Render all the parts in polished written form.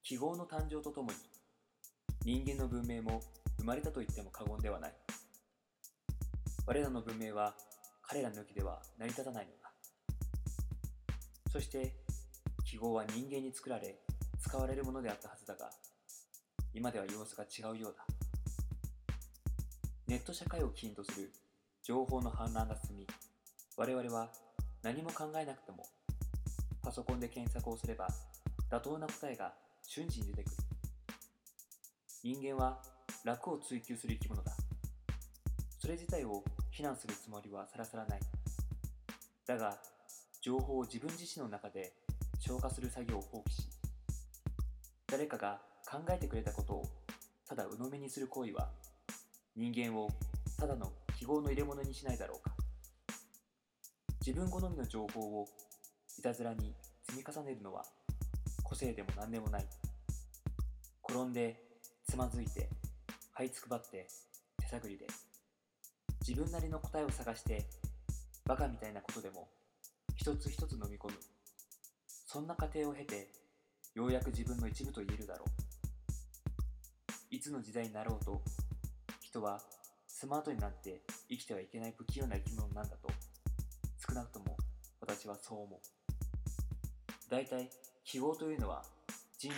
記号の誕生とともに人間の文明も生まれたと言っても過言ではない。我らの文明は彼ら抜きでは成り立たないのだ。そして記号は人間に作られ使われるものであったはずだが、今では様子が違うようだ。ネット社会を起因とする情報の氾濫が進み、我々は何も考えなくてもパソコンで検索をすれば妥当な答えが瞬時に出てくる。人間は楽を追求する生き物だ。それ自体を非難するつもりはさらさらない。だが情報を自分自身の中で消化する作業を放棄し、誰かが考えてくれたことをただ鵜呑みにする行為は、人間をただの記号の入れ物にしないだろうか。自分好みの情報をいたずらに積み重ねるのは個性でも何でもない。転んでつまずいて這いつくばって手探りで自分なりの答えを探して、バカみたいなことでも一つ一つ飲み込む。そんな過程を経てようやく自分の一部と言えるだろう。いつの時代になろうと人はスマートになって生きてはいけない不器用な生き物なんだと、少なくとも私はそう思う。だいたい記号というのは人類。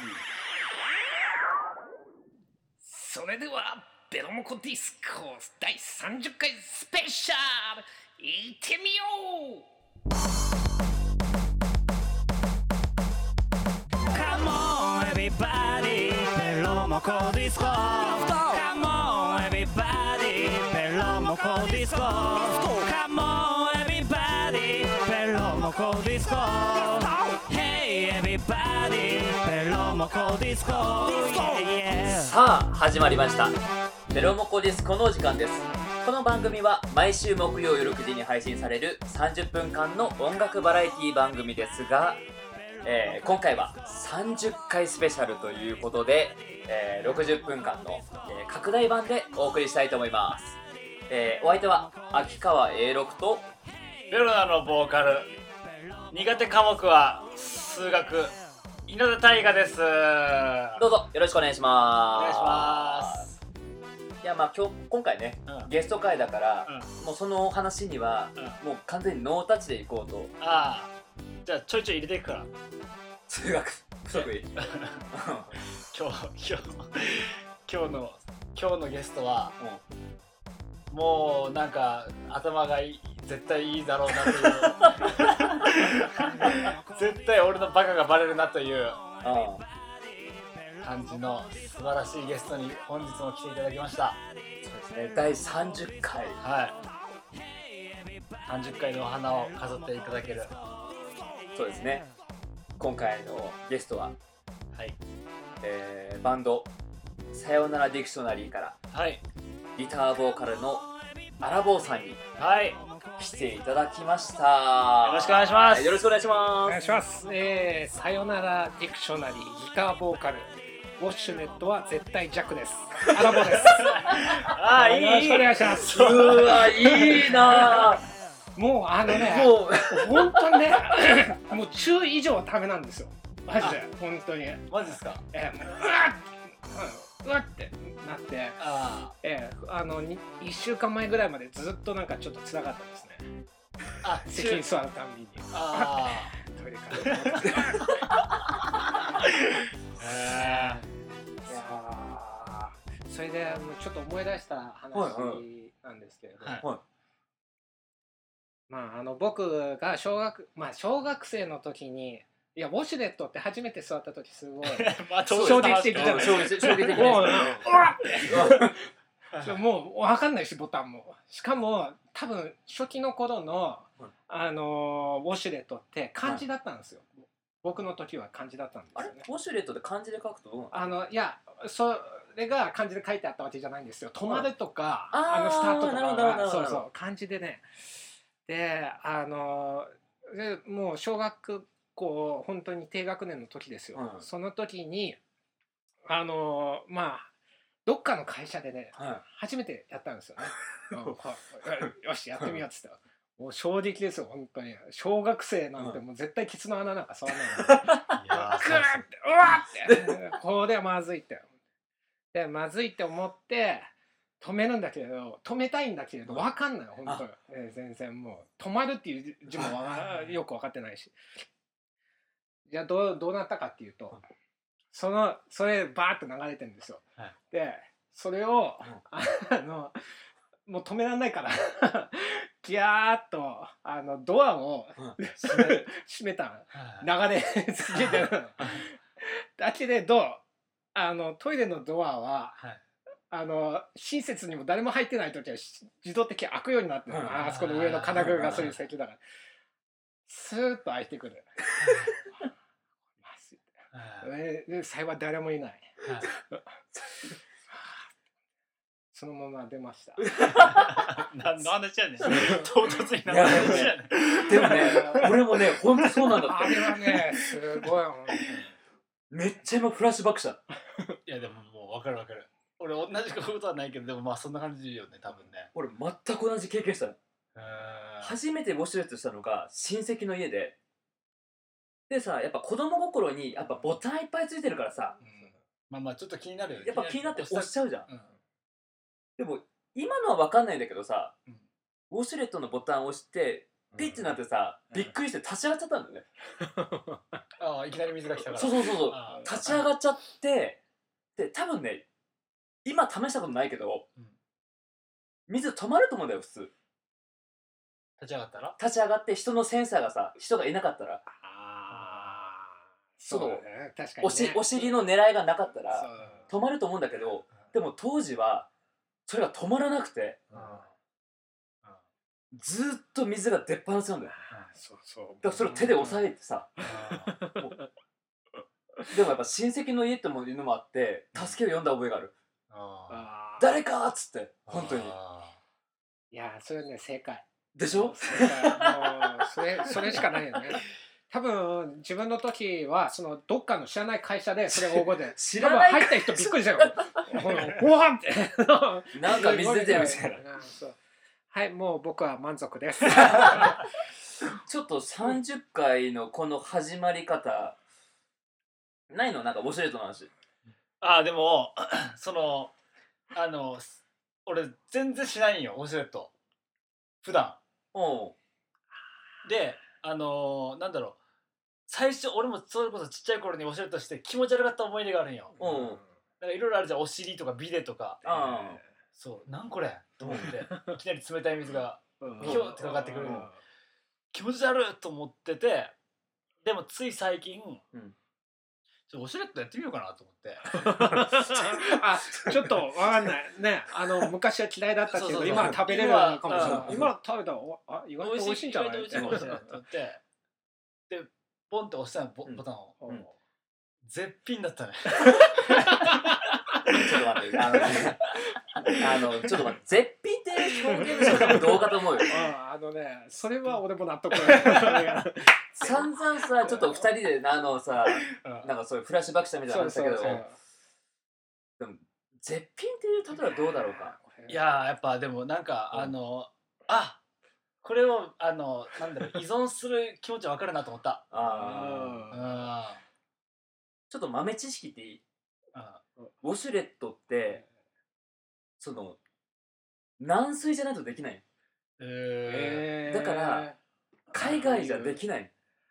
それではベロモコディスコ第30回スペシャルいってみよう。 Come on everybody ベロモコディスコ Come on everybody ベロモコディスコ Come on everybody ベロモコディスコ Hey everybody ベロモコディスコさあ始まりました、ベロモコディスコのお時間です。この番組は毎週木曜夜9時に配信される30分間の音楽バラエティ番組ですが、今回は30回スペシャルということで、60分間の、拡大版でお送りしたいと思います。お相手は秋川 A6 とベロナのボーカル、苦手科目は数学、稲田大我です。 どうぞよろしくお願いします。 お願いします。 いや、まあ今回ね、ゲスト会だから、もうその話には、もう完全にノータッチでいこうと。 ああ、じゃあちょいちょい入れていくから。 数学不得意今日のゲストは、もうなんか頭が絶対いいだろうなという絶対俺のバカがバレるなという感じの素晴らしいゲストに本日も来ていただきました。 そうですね、第30回、 はい、30回のお花を飾っていただける。 そうですね、今回のゲストは、 はい、 バンドさよならディクショナリーから、 はい、 ギターボーカルのアラボーさんに来ていただきました。 よろしくお願いします。 よろしくお願いします。 お願いします。さよならディクショナリーギターボーカルウォッシュネットは絶対弱です。アラボです。 ああ、いい。 よろしくお願いします。 うわ、いいな。 もうもう本当にねもう中以上はダメなんですよ。マジで本当に。 マジですか？ もううわってなって、1週間前ぐらいまでずっとなんかちょっと辛かったですね。席に座るたんびにトイレからそれでちょっと思い出した話なんですけれど、 はい、 まあ僕が小学生の時に、いやウォシュレットって初めて座った時すごい衝撃的じゃないですか。もう分かんないし、ボタンも。しかも多分初期の頃のウォシュレットって漢字だったんですよ。僕の時は漢字だったんですよね。 あれウォシュレットで漢字で書くとどうなの？ いや、それが漢字で書いてあったわけじゃないんですよ。止まるとか、スタートとかがそうそう漢字でね。でもう小学校本当に低学年の時ですよ。その時にどっかの会社でね、初めてやったんですよね。よしやってみようっつって、 もう衝撃ですよ本当に。小学生なんてもう絶対ケツの穴なんか触らないの。 いやーグーってうわってこれはまずいってでまずいって思って止めるんだけれど止めたいんだけれど分かんない本当、全然もう止まるっていう字もよく分かってないし。じゃあどうなったかっていうとそれバーッと流れてるんですよ、 はい、 でそれをもう止められないからギャーッとドアを閉めた流れつけてるだけれどトイレのドアは、親切にも誰も入ってない時は自動的に開くようになってる、あそこの上の金具がそういう席だからスーッと開いてくる幸い誰もいない、そのまま出ました。 何の話やねん。唐突に何の話やねん。 でもね、俺もね、ほんとそうなんだって。 あれはね、すごい。 めっちゃ今フラッシュバックした。 いやでももう分かる。俺同じことはないけど、でもまあそんな感じよね、多分ね。 俺全く同じ経験したの。初めてウォシュレットしたのが親戚の家で。でさ、やっぱ子供心にやっぱボタンいっぱいついてるからさ、 まあちょっと気になるよね。 やっぱ気になって押しちゃうじゃん。でも今のは分かんないんだけどさ、ウォシュレットのボタンを押してピッてなってさ、びっくりして立ち上がっちゃったんだよね。 ああ、いきなり水が来たから。 そう立ち上がっちゃって、で多分ね、今試したことないけど、水止まると思うんだよ普通。 立ち上がったら？ 立ち上がって人のセンサーがさ、人がいなかったら、 そうだね、確かにね、 お尻の狙いがなかったら止まると思うんだけど、でも当時はそれが止まらなくて、ずーっと水が出っ放しなんだよ。だからそれを手で押さえてさ、でもやっぱ親戚の家っていうのもあって助けを呼んだ覚えがある。誰かっつって、本当に。 いやそれね、正解でしょ。 もうそれしかないよね。多分自分の時はそのどっかの知らない会社でそれ大声で知らない入った人びっくりしたよ。ご飯ってなんか水出てるみたいな。 はい、もう僕は満足です。 ちょっと30回のこの始まり方ないの？なんかウォシュレットの話。 でもその俺全然しないんよ、ウォシュレット普段。でなんだろう、最初俺もそれこそちっちゃい頃にウォシュレットして気持ち悪かった思い出があるんよ。なんかいろいろあるじゃん、お尻とかビデとか。そう、なんこれと思っていきなり冷たい水がひょってかかってくるの、気持ち悪いと思ってて、でもつい最近ウォシュレットやってみようかなと思ってちょっとわかんないね。昔は嫌いだったけど今は食べれるかもしれない。今食べたら意外と美味しいんじゃないって思って、 でポンって押したのボタンを、絶品だったね。 ちょっと待って、ちょっと待って、絶品って表現するのどうかと思うよ。 それは俺も納得。 散々さ、ちょっと2人でさ、なんかそういうフラッシュバックしたみたいな話だけど、でも絶品っていう例えばどうだろうか。 いややっぱでもなんかこれをなんだろう、依存する気持ち分かるなと思った。 ちょっと豆知識っていい？ウォシュレットってその軟水じゃないとできない。だから海外じゃできない。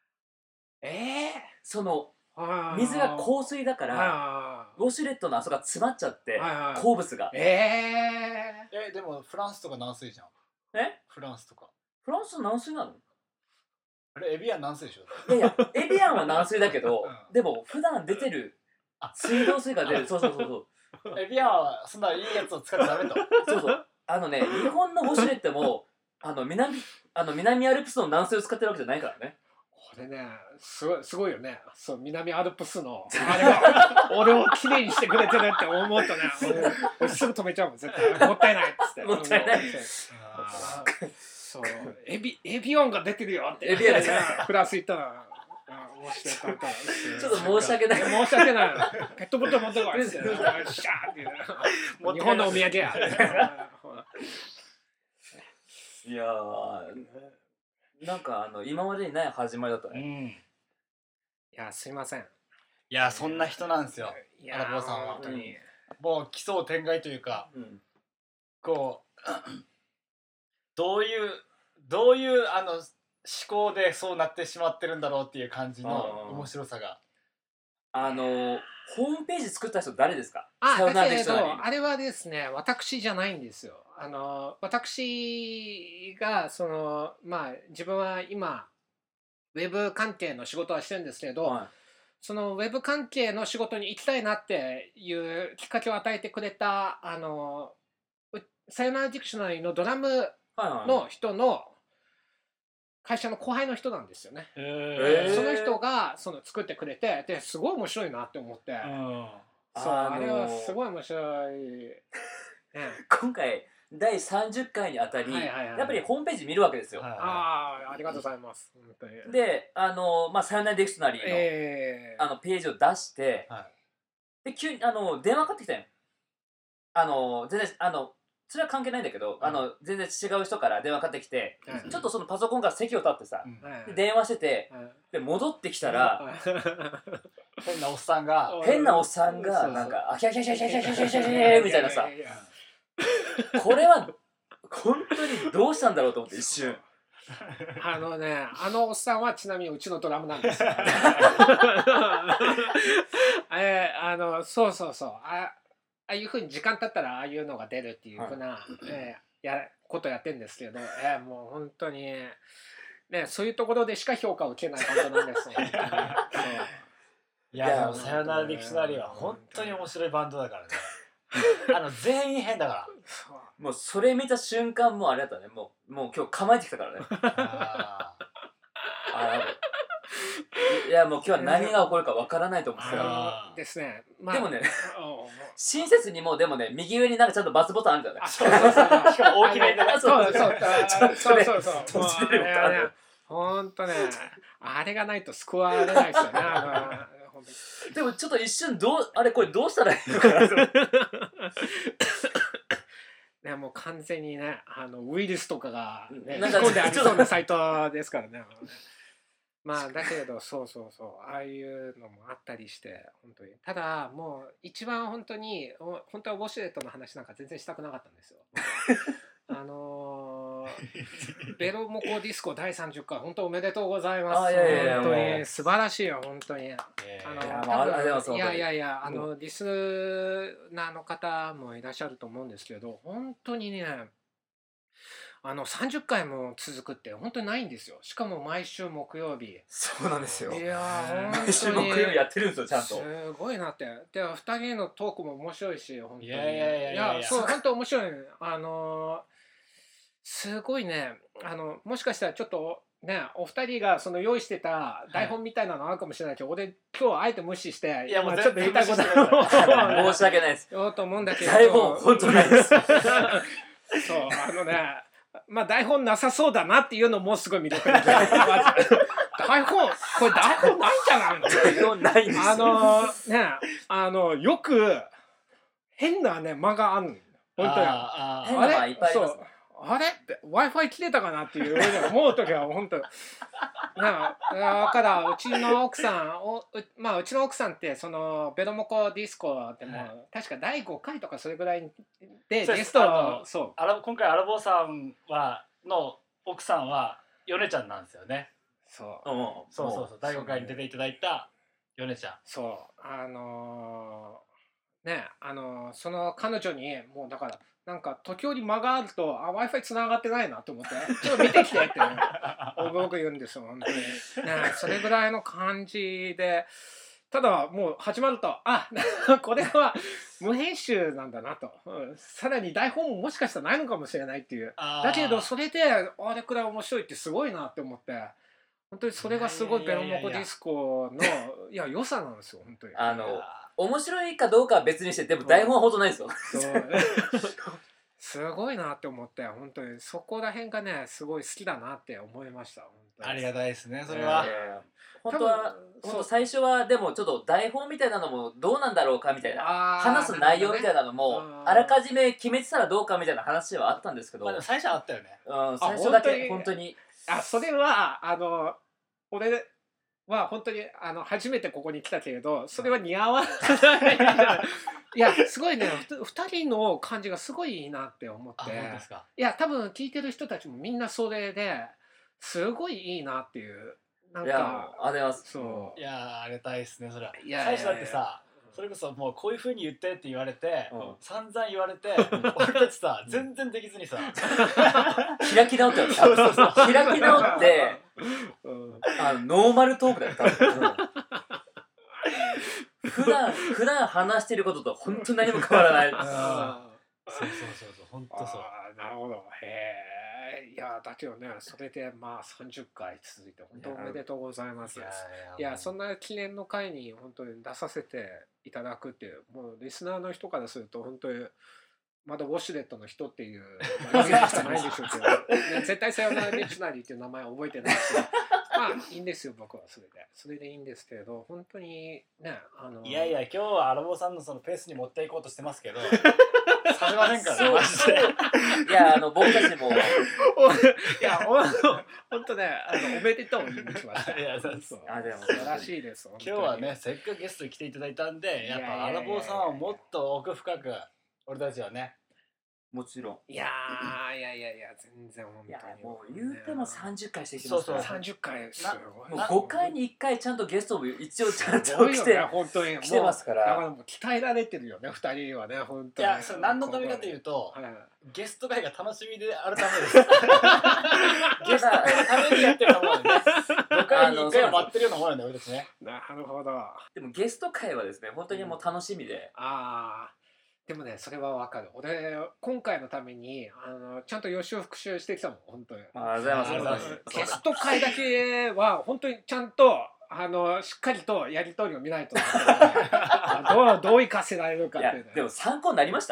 その水が硬水だからウォシュレットのあそこが詰まっちゃって鉱物が。 でもフランスとか軟水じゃん。フランスとか。 フランス軟水なの？ あれエビアン軟水でしょ。 いやエビアンは軟水だけど、でも普段出てる水道水が出る。そうエビアンはそんないいやつを使ってダメと。 日本のウォシュレットも南アルプスの軟水を使ってるわけじゃないからね。 これね、すごいよね。そう、南アルプスのあれが俺をきれいにしてくれてるって思うとね、俺すぐ止めちゃうもん、絶対。もったいないっつって。 もったいない。 そう、エビオンが出てるよって。フランス行ったら。 ちょっと申し訳ない。 申し訳ない。ペットボトル持ってこいっつって。シャーって日本のお土産や。 いやなんか今までにない始まりだったね。 いやすいません。 いやそんな人なんですよ。 いやアラボーさんは本当に。 もう奇想天外というか、こうどういう思考でそうなってしまってるんだろうっていう感じの面白さが。 ホームページ作った人誰ですか？ だけれどあれはですね、私じゃないんですよ。私が自分は今ウェブ関係の仕事はしてるんですけど、そのウェブ関係の仕事に行きたいなっていうきっかけを与えてくれたさよならディクショナリーのドラムの人の会社の後輩の人なんですよね。その人が作ってくれて、ですごい面白いなって思って、あれはすごい面白い。 今回第30回にあたり、やっぱりホームページ見るわけですよ。 ありがとうございます。 で、さよならディクショナリーのページを出して、で急に電話かかってきたよ。全然それは関係ないんだけど、全然違う人から電話かかってきて、ちょっとそのパソコンから席を立ってさ、で電話してて、で戻ってきたら変なおっさんがなんか「あひゃひゃひゃひゃひゃひゃひゃひゃひゃ」みたいなさ、これは本当にどうしたんだろうと思って一瞬。 あのおっさんはちなみにうちのドラムなんですよ。そうああいうふうに時間経ったらああいうのが出るっていうふうなことやってるんですけど、もう本当にね、そういうところでしか評価を受けないバンドなんですよ。 いやさよならディクショナリーは本当に面白いバンドだからね。全員変だから。 もうそれ見た瞬間もうあれだったね。もう今日構えてきたからね。いやもう今日は何が起こるかわからないと思ってたですね。 でもね、親切にもでもね、右上になんかちゃんとバツボタンあるんだよね。 しかも大きめでね。 そう本当ね、あれがないと救われないですよね。 でもちょっと一瞬これどうしたらいいのかなと。 ね、もう完全にね、ウイルスとかがね、仕込んでありそうなサイトですからね。だけれどああいうのもあったりして本当に、ただもう一番本当はウォシュレットの話なんか全然したくなかったんですよ。ベロモコディスコ第30回本当おめでとうございます。本当に素晴らしいよ本当に。リスナーの方もいらっしゃると思うんですけど、本当にね、30回も続くって本当にないんですよ。しかも毎週木曜日。 そうなんですよ。 いや毎週木曜日やってるんですよちゃんと。 すごいなって。で2人のトークも面白いし本当に。 いやそう本当面白い。すごいね。もしかしたらちょっとね、お二人が用意してた台本みたいなのあるかもしれないけど、俺今日あえて無視して、 いやもうちょっと言いたいこと申し訳ないです。 言おうと思うんだけど。 台本本当ないです。 そう台本なさそうだなっていうのもすごい魅力的。台本ないんじゃないの？ 台本ないんですよ。よく変なね間があるの。本当や。 変な間いっぱいあります。 あれって Wi-Fi 切れたかなっていう思う時は本当。だからうちの奥さんってベロモコディスコでも確か第5回とかそれぐらいでゲスト今回アラボーさんの奥さんはヨネちゃんなんですよね。そう第5回に出ていただいたヨネちゃん。その彼女にもうだからなんか時折間があるとWi-Fi 繋がってないなと思ってちょっと見てきてって僕言うんですよ本当に。それぐらいの感じで、ただもう始まるとこれは無編集なんだなと、さらに台本ももしかしたらないのかもしれないっていう。だけどそれであれくらい面白いってすごいなって思って、本当にそれがすごいベロモコディスコの良さなんですよ本当に。 面白いかどうかは別にして、でも台本は本当ないですよ。 すごいなって思って、本当にそこら辺がねすごい好きだなって思いました。本当にありがたいですねそれは。 本当はほんと最初はでもちょっと台本みたいなのもどうなんだろうかみたいな話す内容みたいなのもあらかじめ決めてたらどうかみたいな話はあったんですけど、 まあでも最初はあったよね。 最初だけ本当にそれは俺は本当に初めてここに来たけれど、それは似合わないいやすごいね、2人の感じがすごいいいなって思って、いや多分聞いてる人たちもみんなそれですごいいいなっていう、なんかありがとうございます。 そういやありがたいですねそれは。 いや最初だってさ、それこそもうこういう風に言ってって言われて、散々言われて、俺たちさ全然できずにさ開き直って開き直ってノーマルトークだよ多分。普段話してることと本当に何も変わらない。 そう本当そう。 なるほど。へえ。いやだけどね、それでまあ30回続いて本当おめでとうございます。いやそんな記念の会に本当に出させていただくっていう、もうリスナーの人からすると本当にまだウォシュレットの人っていうイメージしかないんでしょうけど、絶対さよならディクショナリーっていう名前覚えてないし、まあいいんですよ、僕はそれでいいんですけれど、本当にねいや今日はアラボーさんのそのペースに持っていこうとしてますけどさせませんからねマジで。 いや僕たちもいや本当ねおめでとう言いに来ました。いやそう素晴らしいです。 今日はねせっかくゲストに来ていただいたんで、やっぱアラボーさんはもっと奥深く俺たちはね、 もちろん。 いや全然本当にもう言うても30回してきてますから。 30回すごい。 もう5回に1回ちゃんとゲストも一応ちゃんと来てますから。 だからもう鍛えられてるよね2人はね本当に。 いやそれ何のためかというと、ゲスト会が楽しみであるためです。ゲスト会のためにやってると思うんでね。5回に1回は待ってるようなものなんだよ俺たちね。 なるほど。 でもゲスト会はですね本当にもう楽しみで。 でもねそれはわかる。俺今回のためにちゃんと予習復習してきたもん本当に。 ありがとうございます。 ゲスト会だけは本当にちゃんとしっかりとやり取りを見ないとどう活かせられるかっていう、ね、 でも参考になりました。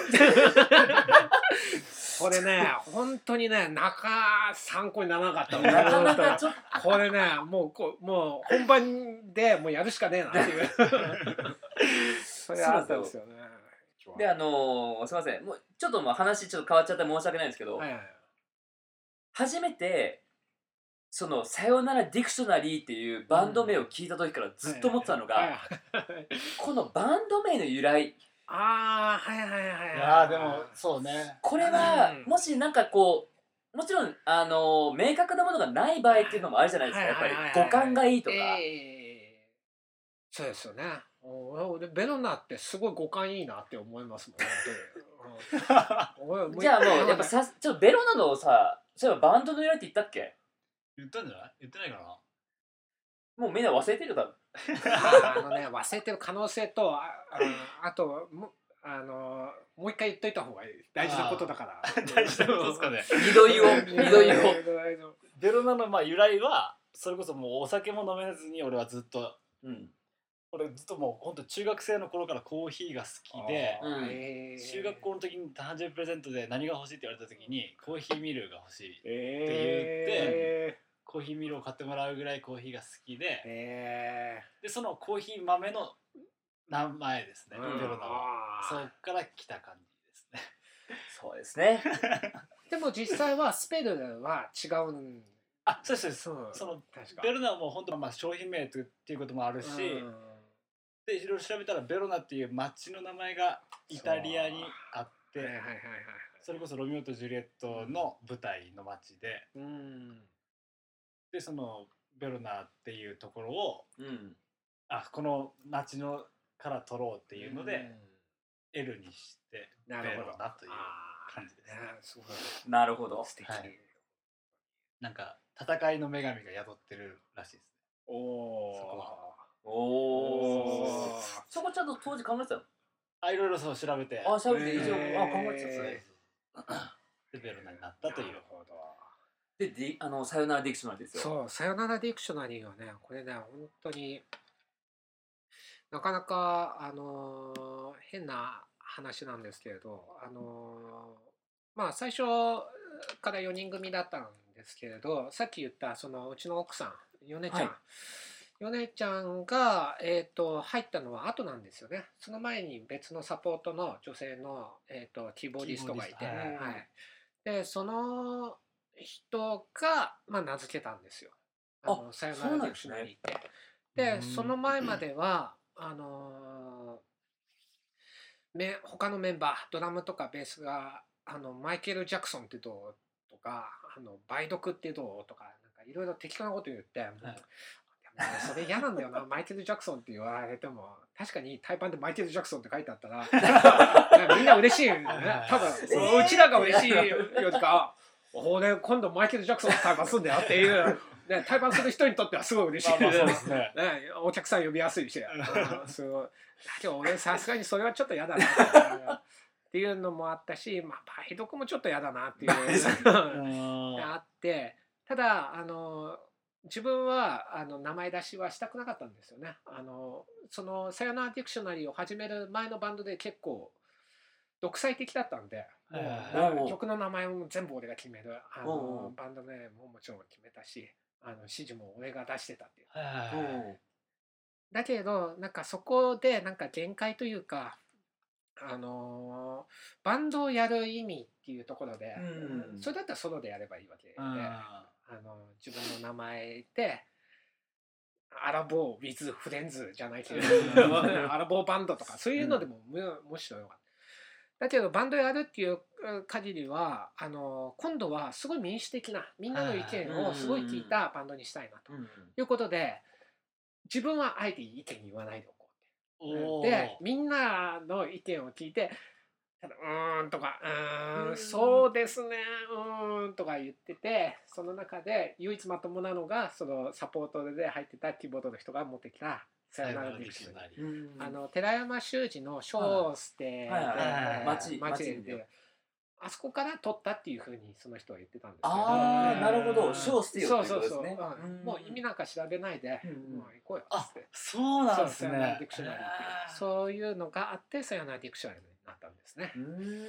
これね本当にね参考にならなかったなかなかちょっとこれねもう本番でもうやるしかねえなっていうそれあったんですよね。 ですいませんもうちょっと話ちょっと変わっちゃって申し訳ないんですけど、初めてそのさよならディクショナリーっていうバンド名を聞いた時からずっと思ってたのが、このバンド名の由来。 いやでもそうね。 これはもしなんかこうもちろん明確なものがない場合っていうのもあるじゃないですか。やっぱり五感がいいとか。 そうですよね。俺ベロナってすごい五感いいなって思いますもん。 じゃあもうやっぱちょっとベロナのさ、そういえばバンドの由来って言ったっけ？ 言ったんじゃない？言ってないかな。 もうみんな忘れてる多分。 忘れてる可能性とあともう一回言っといた方がいい。大事なことだから。 大事なことですかね。 二度言おう。 ベロナの由来はそれこそもうお酒も飲めずに俺はずっと。俺ずっともうほんと中学生の頃からコーヒーが好きで、中学校の時に誕生日プレゼントで何が欲しいって言われた時にコーヒーミルが欲しいって言ってコーヒーミルを買ってもらうぐらいコーヒーが好きで、でそのコーヒー豆の名前ですね、ベロナは。そっから来た感じですね。 そうですね。 でも実際はスペルは違うんそうです。そのベロナはもう本当商品名っていうこともあるし、でいろいろ調べたらベロナっていう町の名前がイタリアにあって、それこそロミオとジュリエットの舞台の町で、でそのベロナっていうところを、この町のから取ろうっていうので、L にしてベロナという感じですね。 なるほど。 素敵。 なんか戦いの女神が宿ってるらしいですね。 そこちゃんと当時考えてたの？ いろいろそう調べて。 調べて以上考えてた。でベロナになったという。 でさよならディクショナリーですよ。 そうさよならディクショナリーはねこれね本当になかなか変な話なんですけれど最初から4人組だったんですけれど、さっき言ったそのうちの奥さんヨネちゃん米ちゃんが、入ったのは後なんですよね。その前に別のサポートの女性の、キーボーディストがいて、 キーボーディストはい、でその人が、まあ、名付けたんですよ。さよならディクショナリーって。でその前までは他のメンバードラムとかベースがマイケル・ジャクソンってどうとか梅毒ってどうとかなんかいろいろ適当なこと言って、はい、それ嫌なんだよなマイケル・ジャクソンって言われても確かに対バンでマイケル・ジャクソンって書いてあったらみんな嬉しいよね。多分うちらが嬉しいよりか俺今度マイケル・ジャクソンと対バンするんだよっていうね、対バンする人にとってはすごい嬉しいですね。お客さん呼びやすいしすごいだけど俺さすがにそれはちょっと嫌だなっていうのもあったし、まあ、梅毒もちょっと嫌だなっていうあってただ自分は名前出しはしたくなかったんですよね。そのさよならディクショナリーを始める前のバンドで結構独裁的だったんで曲の名前も全部俺が決めるバンド名ももちろん決めたし指示も俺が出してたっていう。だけどなんかそこでなんか限界というかバンドをやる意味っていうところで、それだったらソロでやればいいわけで、自分の名前でアラボー with フレンズじゃないけどアラボーバンドとかそういうのでももしろよかった。だけどバンドやるっていう限りは今度はすごい民主的なみんなの意見をすごい聞いたバンドにしたいなということで自分はあえて意見言わないでおこうってでみんなの意見を聞いてとかそうですねとか言っててその中で唯一まともなのがそのサポートで入ってたキーボードの人が持ってきたさよならディクショナリー寺山修司の小捨てで町であそこから取ったっていうふうにその人は言ってたんですけどなるほど小捨てよってことですね。 もう意味なんか調べないでもう行こうよってそうなんですね。 さよならディクショナリーっていうそういうのがあってさよならディクショナリーになったんですね。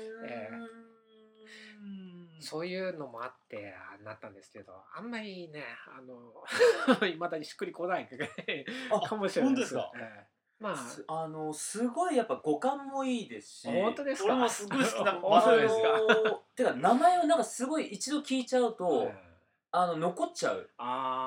そういうのもあってなったんですけどあんまりねいまだにしっくりこないかもしれないです。 本当ですか？ まあすごいやっぱ五感もいいですし本当ですか？ 俺もすごい好きなバナナですか？ てか名前をなんかすごい一度聞いちゃうと残っちゃう。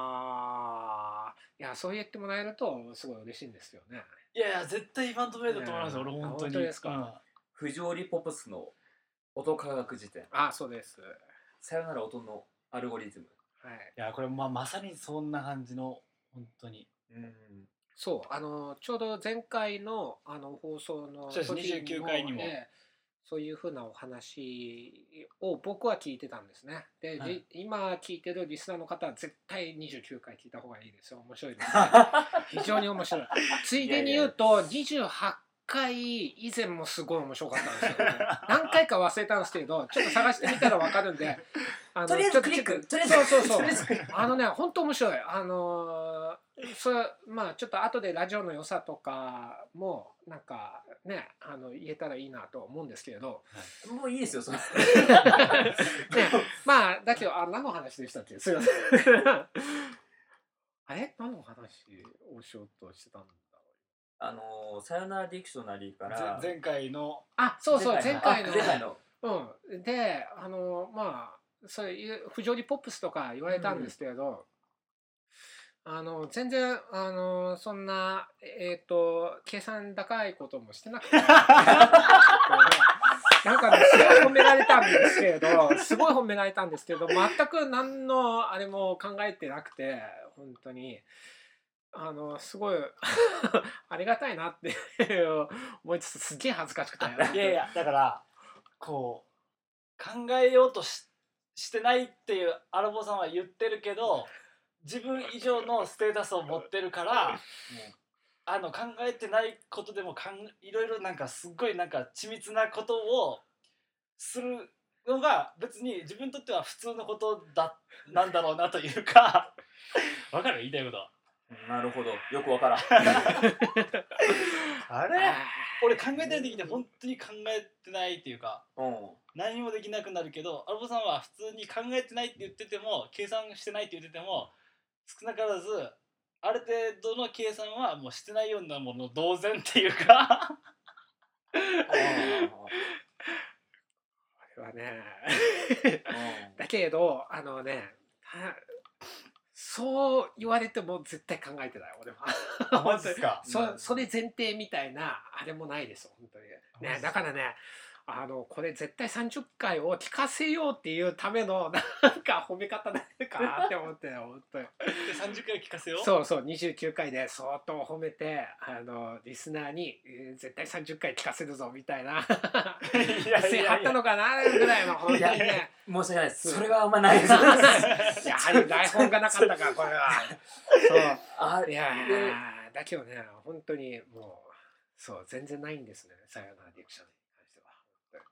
いやそう言ってもらえるとすごい嬉しいんですよね。 いやいや絶対バンド名だと思いますよ俺本当に。 本当ですか？ 不条理ポップスの音科学辞典。 そうです。 さよなら音のアルゴリズム。 はい。 いやこれまさにそんな感じの本当に。 そうちょうど前回の放送の 29回にもそういうふうなお話を僕は聞いてたんですね。で、今聞いてるリスナーの方は絶対29回聞いた方がいいですよ。面白いですね。非常に面白い。ついでに言うと28回以前もすごい面白かったんですよ、ね。何回か忘れたんですけど、ちょっと探してみたら分かるんで。 とりあえずクリック。 そうね本当面白い。それちょっと後でラジオの良さとかもなんかね言えたらいいなと思うんですけれど、 もういいですよそれ。 だけど何の話でしたっけ？すいません。あれ何の話をしようとしてたんだろう。 さよならディクショナリーから前回のそう前回のでそういう不条理ポップスとか言われたんですけれど、全然そんな計算高いこともしてなくてなんかねすごい褒められたんですけれど全く何のあれも考えてなくて本当にすごいありがたいなって思いつつすげえ恥ずかしくていやだからこう考えようとしてないっていうアラボさんは言ってるけど自分以上のステータスを持ってるから考えてないことでもいろいろなんかすっごいなんか緻密なことをするのが別に自分にとっては普通のことなんだろうなというかわかる？言いたいこと。 なるほどよくわからん。 あれ俺考えたい時って本当に考えてないっていうか何もできなくなるけどアラボさんは普通に考えてないって言ってても計算してないって言ってても少なからずある程度の計算はもうしてないようなもの同然っていうかこれはねだけどそう言われても絶対考えてない俺は。 マジですか。 それ前提みたいなあれもないです本当にね。だからねこれ絶対30回を聞かせようっていうためのなんか褒め方だかなって思って本当に。 で30回聞かせよう。 そう29回でそーっと褒めてリスナーに、絶対30回聞かせるぞみたいなせ貼ったのかなぐらいの本当にね。 申し訳ないです。それはあんまないです。 やはり台本がなかったからこれは。そういやだけどね本当にもうそう全然ないんですねさよならディクションに関しては。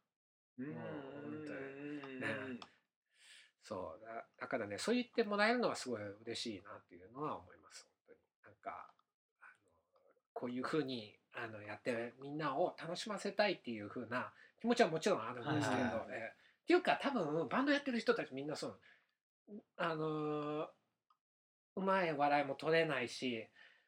そうだからねそう言ってもらえるのはすごい嬉しいなっていうのは思います本当に。なんかこういうふうにやってみんなを楽しませたいっていうふうな気持ちはもちろんあるんですけど、っていうか多分バンドやってる人たちみんなそううまい笑いも取れないし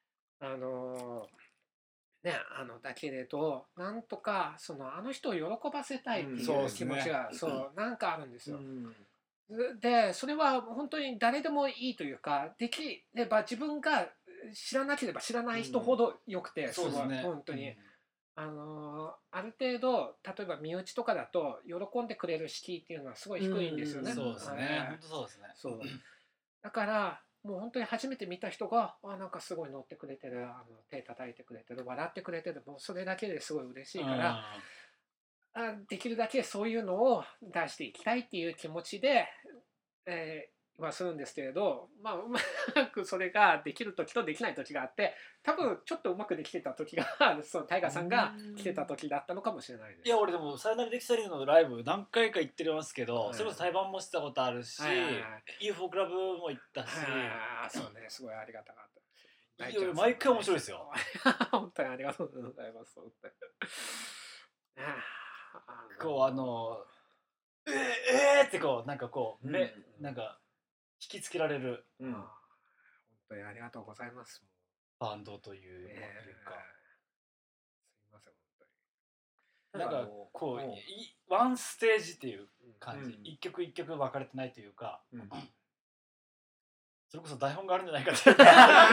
だけれどなんとかあの人を喜ばせたいっていう気持ちがなんかあるんですよ。でそれは本当に誰でもいいというかできれば自分が知らなければ知らない人ほどよくて、すごい本当にある程度例えば身内とかだと喜んでくれる敷居っていうのはすごい低いんですよね。 そうですね。本当そうですね。 そうだからもう本当に初めて見た人がなんかすごい乗ってくれてる手叩いてくれてる笑ってくれてるもうそれだけですごい嬉しいからできるだけそういうのを出していきたいっていう気持ちで、はするんですけれどうまくそれができる時とできない時があって多分ちょっとうまくできてた時がタイガーさんが来てた時だったのかもしれないです。 いや俺でもさよならディクショナリーのライブ何回か行ってますけど、それこそ対バンもしてたことあるし、UFO クラブも行ったし、 そうねすごいありがたかったです。いや毎回面白いですよ。 本当にありがとうございます。 こうってこうなんかこうなんか引きつけられる、 本当にありがとうございます。 バンドというか、 すいません本当に。 なんかこうワンステージっていう感じ、一曲一曲分かれてないというか、それこそ台本があるんじゃないかって。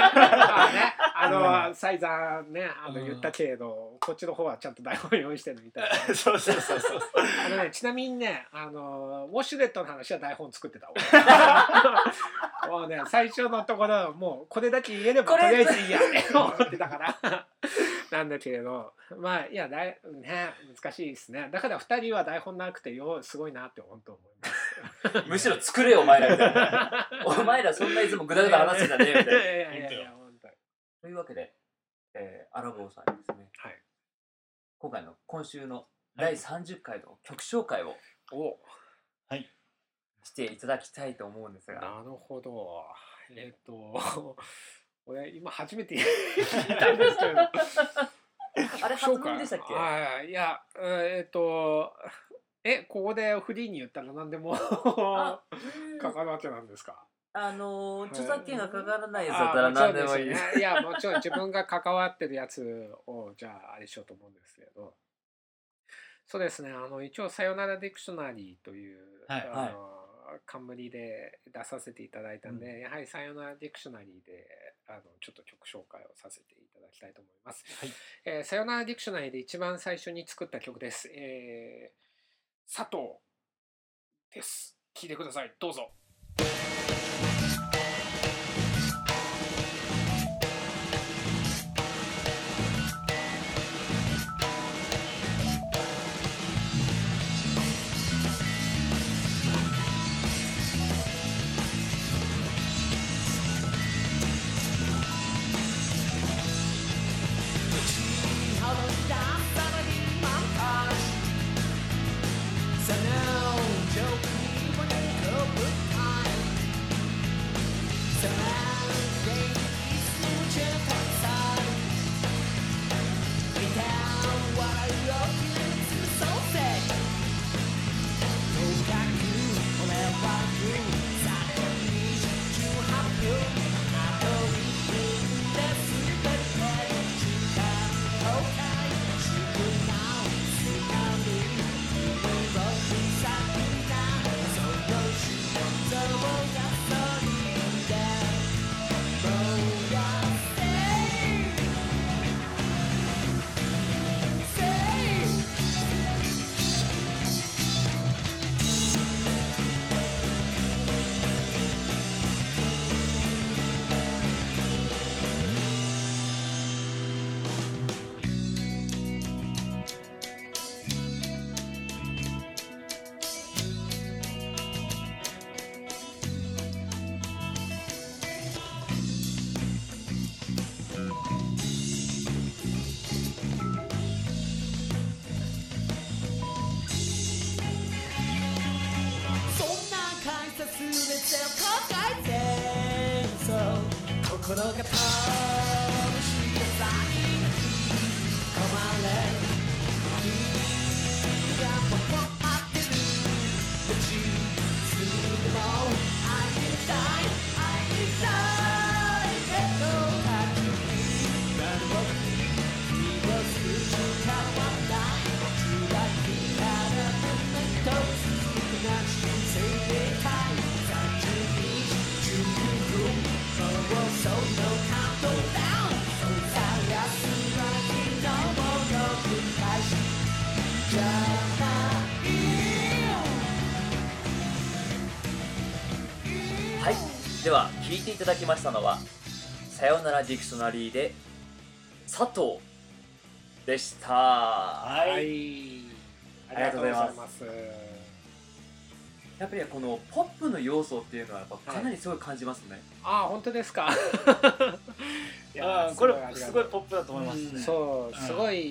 サイザーね言ったけれど、こっちの方はちゃんと台本用意してるみたいな。 そうちなみにねウォシュレットの話は台本作ってたもうね最初のところもうこれだけ言えればとりあえずいいやって思ってたからなんだけれどいや難しいですね。だから2人は台本なくてすごいなって本当思います。 むしろ作れよお前らみたいな。お前らそんないつもグダグダ話すんじゃねえみたいな。 いや本当に。 というわけで、アラボーさんにですね、今週の第30回の曲紹介をしていただきたいと思うんですが。 なるほど。俺今初めて聞いたんですけどあれ初耳でしたっけ？ いやここでフリーに言ったら何でもかかるわけなんですか？ 著作権がかからないやつだったら何でもいい。 いやもちろん自分が関わってるやつをじゃああれしようと思うんですけど、そうですね一応さよならディクショナリーという冠で出させていただいたんで、やはりさよならディクショナリーでちょっと曲紹介をさせていただきたいと思います。さよならディクショナリーで一番最初に作った曲です。佐藤です。聴いてください。どうぞ。So now, joke me when you go put はい、では聞いていただきましたのはさよならディクショナリーで佐藤でした。 はいはい、ありがとうございます。 やっぱりこのポップの要素っていうのはやっぱかなりすごい感じますね。 ああ、本当ですか。いやこれありがとうすごいポップだと思いますね。 そう、すごい、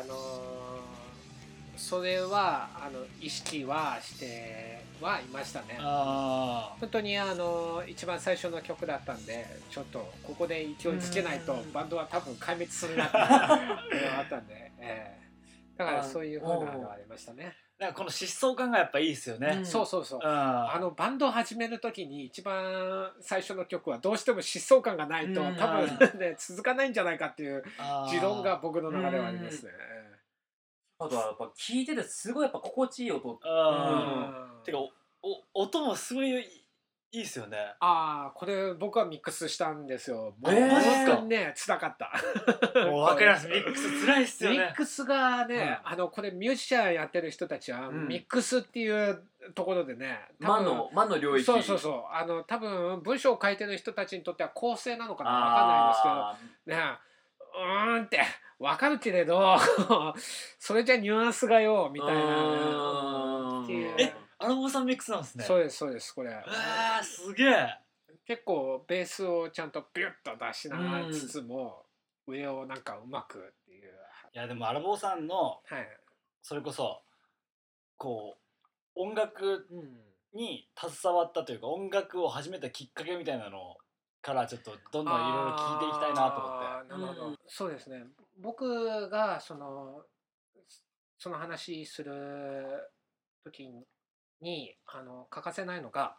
それは意識はしてはいましたね。本当に一番最初の曲だったんで、ちょっとここで勢いつけないとバンドは多分壊滅するなっていうのがあったんで、だからそういう風なのがありましたね。 なんかこの疾走感がやっぱいいですよね。 そうそうそう。バンドを始める時に一番最初の曲はどうしても疾走感がないと多分ね続かないんじゃないかっていう持論が僕の中ではありますね。 あとはやっぱ聴いててすごいやっぱ心地いい音。 てか音もすごいいいですよね。 これ僕はミックスしたんですよ。 マジですか？ ね、辛かった。 もう分かります。ミックス辛いっすよね。 ミックスがね、これミュージシャンやってる人たちはミックスっていうところでね、 魔の領域。 そう多分文章を書いてる人たちにとっては構成なのかな、分かんないですけどね、って分かるけれどそれじゃニュアンスがよみたいなっていう。 アラボーさんミックスなんですね。 そうですこれ。 すげえ。 結構ベースをちゃんとビュッと出しながらつつも、上をなんかうまくっていう。 いやでもアラボーさんの、それこそこう音楽に携わったというか、音楽を始めたきっかけみたいなのからちょっとどんどんいろいろ聞いていきたいなと思って。 なるほど。そうですね。僕がその話する時に欠かせないのが、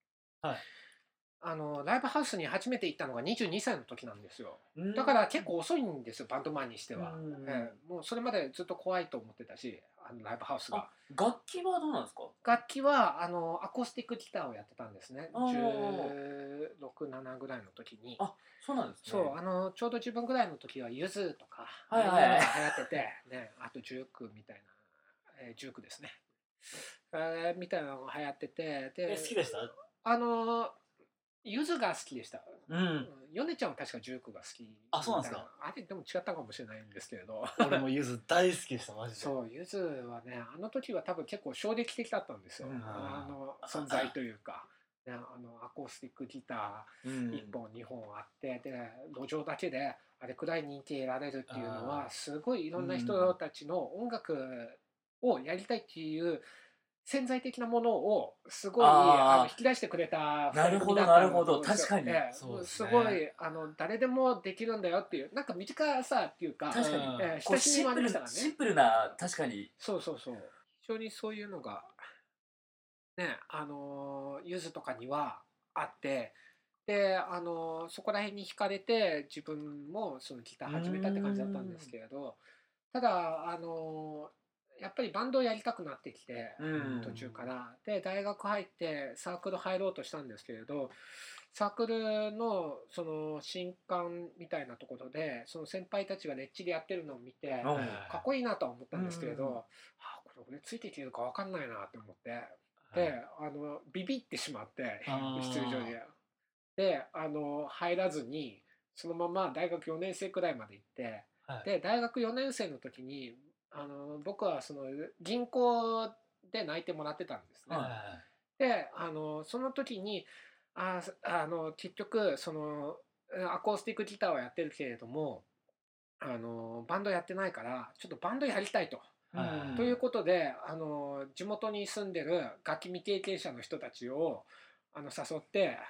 ライブハウスに初めて行ったのが22歳の時なんですよ。だから結構遅いんですよ、バンドマンにしては。もうそれまでずっと怖いと思ってたし、ライブハウスが。 楽器はどうなんですか？ 楽器はアコースティックギターをやってたんですね。16、7ぐらいの時に。 そうなんですね。 そうちょうど自分ぐらいの時はユズとか流行ってて、ね、あとジュークみたいな、ジュークですね。みたいなのが流行ってて、で好きでした？ ユズが好きでした。ヨネちゃんは確かジュークが好き。 そうなんですか。 あれでも違ったかもしれないんですけれど。 俺もユズ大好きでした、マジで。 そう、ユズはね、時は多分結構衝撃的だったんですよ。存在というか。アコースティックギター1本2本あって、で路上だけであれくらい人気得られるっていうのはすごいいろんな人たちの音楽をやりたいっていう潜在的なものをすごい引き出してくれた。 なるほどなるほど、確かにすごい誰でもできるんだよっていうなんか短さっていうか、 確かに親しみもありましたからね。 シンプルな、確かにそう非常にそういうのがね、ユズとかにはあって、でそこら辺に惹かれて自分もそのギター始めたって感じだったんですけれど、ただやっぱりバンドをやりたくなってきて、途中からで大学入ってサークル入ろうとしたんですけれど、サークルのその新刊みたいなところでその先輩たちがレッチリやってるのを見て、かっこいいなとは思ったんですけれど、これ俺ついていけるか分かんないなって思って、でビビってしまって出場に。で入らずにそのまま大学4年生くらいまで行って、で大学4年生の時に僕はその銀行で泣いてもらってたんですね。でその時に結局そのアコースティックギターはやってるけれどもバンドやってないからちょっとバンドやりたいと。ということで地元に住んでる楽器未経験者の人たちを誘って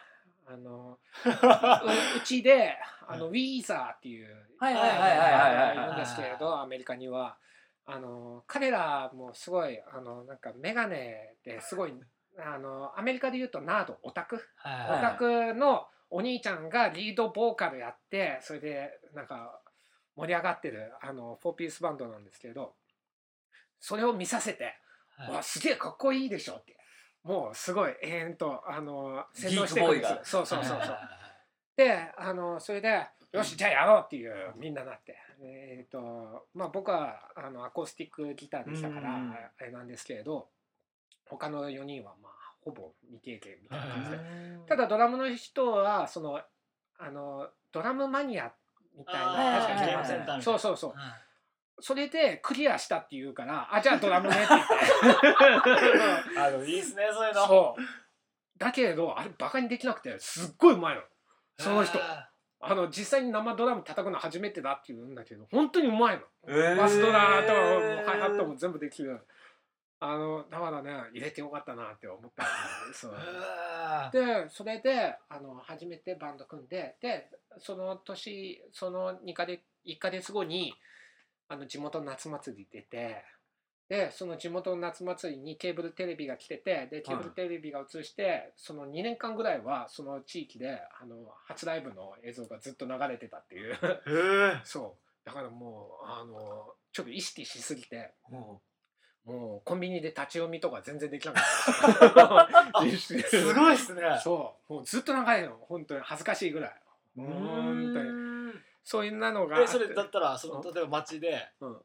うちでウィーザーっていうはいはいはいはいはいいるんですけれど、アメリカには彼らもすごいなんかメガネですごいアメリカで言うとナードオタクのお兄ちゃんがリードボーカルやって、それでなんか盛り上がってる4ピースバンドなんですけど、それを見させて「わすげえかっこいいでしょ」って、もうすごい永遠と先導してくるんですよ。そうそうそうそう。でそれで「よしじゃあやろう」っていうみんななって、まあ僕はアコースティックギターでしたからあれなんですけれど、他の4人はまあほぼ未経験みたいな感じで、ただドラムの人はドラムマニアみたいな、確かにゲームセンターみたいな、そうそうそう、それでクリアしたっていうから「あじゃあドラムね」って言っていいっすねそういうの。 そうだけれどあれバカにできなくてすっごいうまいのその人。実際に生ドラム叩くの初めてだって言うんだけど本当にうまいの、バスドラとハイハットも全部できる。だからね入れてよかったなって思ったんですよ。でそれで初めてバンド組んで、でその年その1ヶ月後に地元の夏祭り出て、でその地元の夏祭りにケーブルテレビが来てて、でケーブルテレビが映して、その2年間ぐらいはその地域で初ライブの映像がずっと流れてたっていうそうだからもうちょっと意識しすぎて、もうコンビニで立ち読みとか全然できなかったすごいっすね。 そうもうずっと長いの本当に恥ずかしいぐらい、本当にそういうのがそれだったら例えば街で、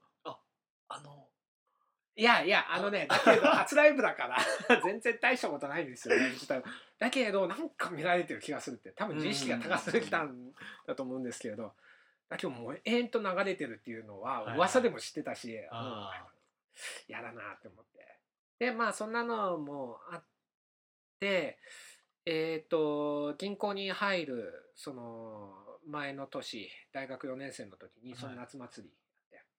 いやだけど初ライブだから全然大したことないんですよねだけどなんか見られてる気がするって、多分自意識が高すぎたんだと思うんですけれど、だけどもう永遠と流れてるっていうのは噂でも知ってたし、やだなって思って、でまあそんなのもあって、銀行に入るその前の年大学4年生の時にその夏祭りやって、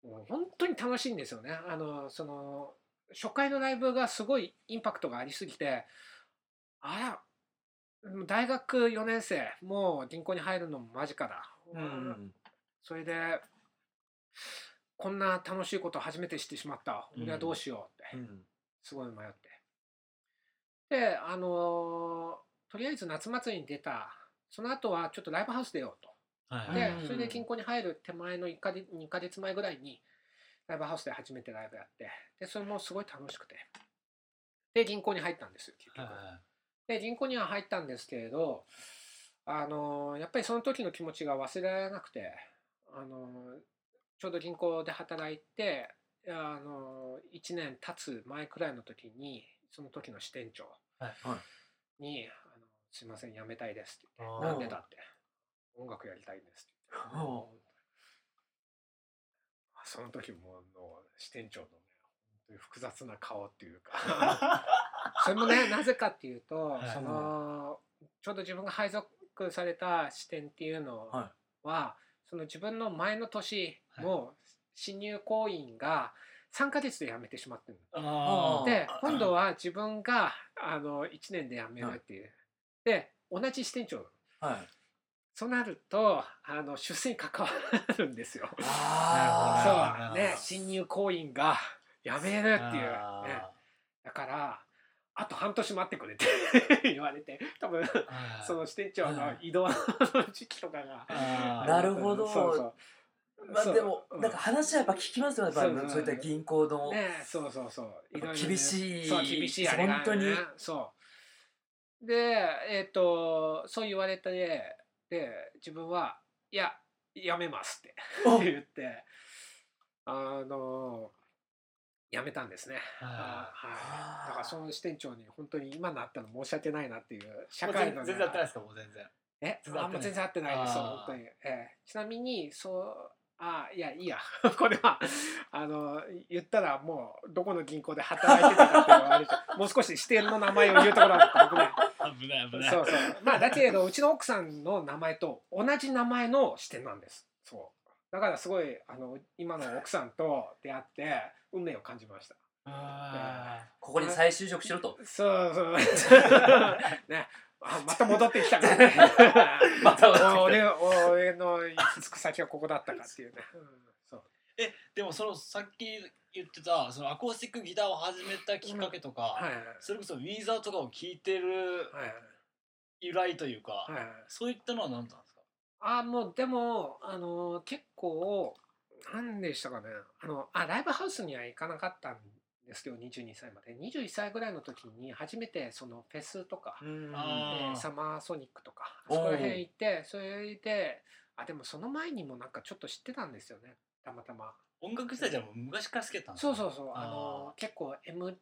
もう本当に楽しいんですよね。その初回のライブがすごいインパクトがありすぎて、大学4年生もう銀行に入るのも間近だ、それでこんな楽しいことを初めて知ってしまった、俺はどうしようってすごい迷って、でとりあえず夏祭りに出たその後はちょっとライブハウス出ようと、でそれで銀行に入る手前の2ヶ月前ぐらいにライブハウスで初めてライブやって、でそれもすごい楽しくて、で銀行に入ったんですよ結局。で銀行には入ったんですけれど、やっぱりその時の気持ちが忘れられなくて、ちょうど銀行で働いて1年経つ前くらいの時にその時の支店長に「すいません辞めたいです」って言って「なんでだ?」って「音楽やりたいんです」って言って、その時も支店長のね本当に複雑な顔っていうかそれもねなぜかっていうと、ちょうど自分が配属された支店っていうのは、その自分の前の年の新入行員が3ヶ月で辞めてしまってるの。で今度は自分が1年で辞めるっていう、で同じ支店長なの。そうなると出世に関わるんですよ。そうね、新入行員が辞めるっていう、ね、だからあと半年待ってくれって言われて、多分その支店長の移動の時期とかがなるほど。まあでもなんか話はやっぱ聞きますよね、そういった銀行の厳しい本当にでそう言われて、で自分はいややめますって言ってやめたんですね。だからその支店長に本当に今なったの申し訳ないなっていう、社会の全然合ってないですか？もう全然もう全然合ってないです本当に。ちなみにいやいいやこれは言ったらもうどこの銀行で働いてたかっていうのはあれじゃもう少し支店の名前を言うところだったら危ないそうまあだけれどうちの奥さんの名前と同じ名前の支店なんです。そうだからすごい今の奥さんと出会って運命を感じました。 ここに再就職しろと。 そうね、 また戻ってきたかまた戻ってきた俺の行き着く先はここだったかっていうね、そう。 でもそのさっき言ってたそのアコースティックギターを始めたきっかけとか、それこそウィザーとかを聴いてる由来というか、そういったのは何なんですか？ もうでも結構何でしたかね、ライブハウスには行かなかったんですけど、22歳まで21歳ぐらいの時に初めてそのフェスとか、サマーソニックとかそこら辺行って、それででもその前にもなんかちょっと知ってたんですよね、たまたま。 音楽自体じゃもう昔から好きだったんですか？そう結構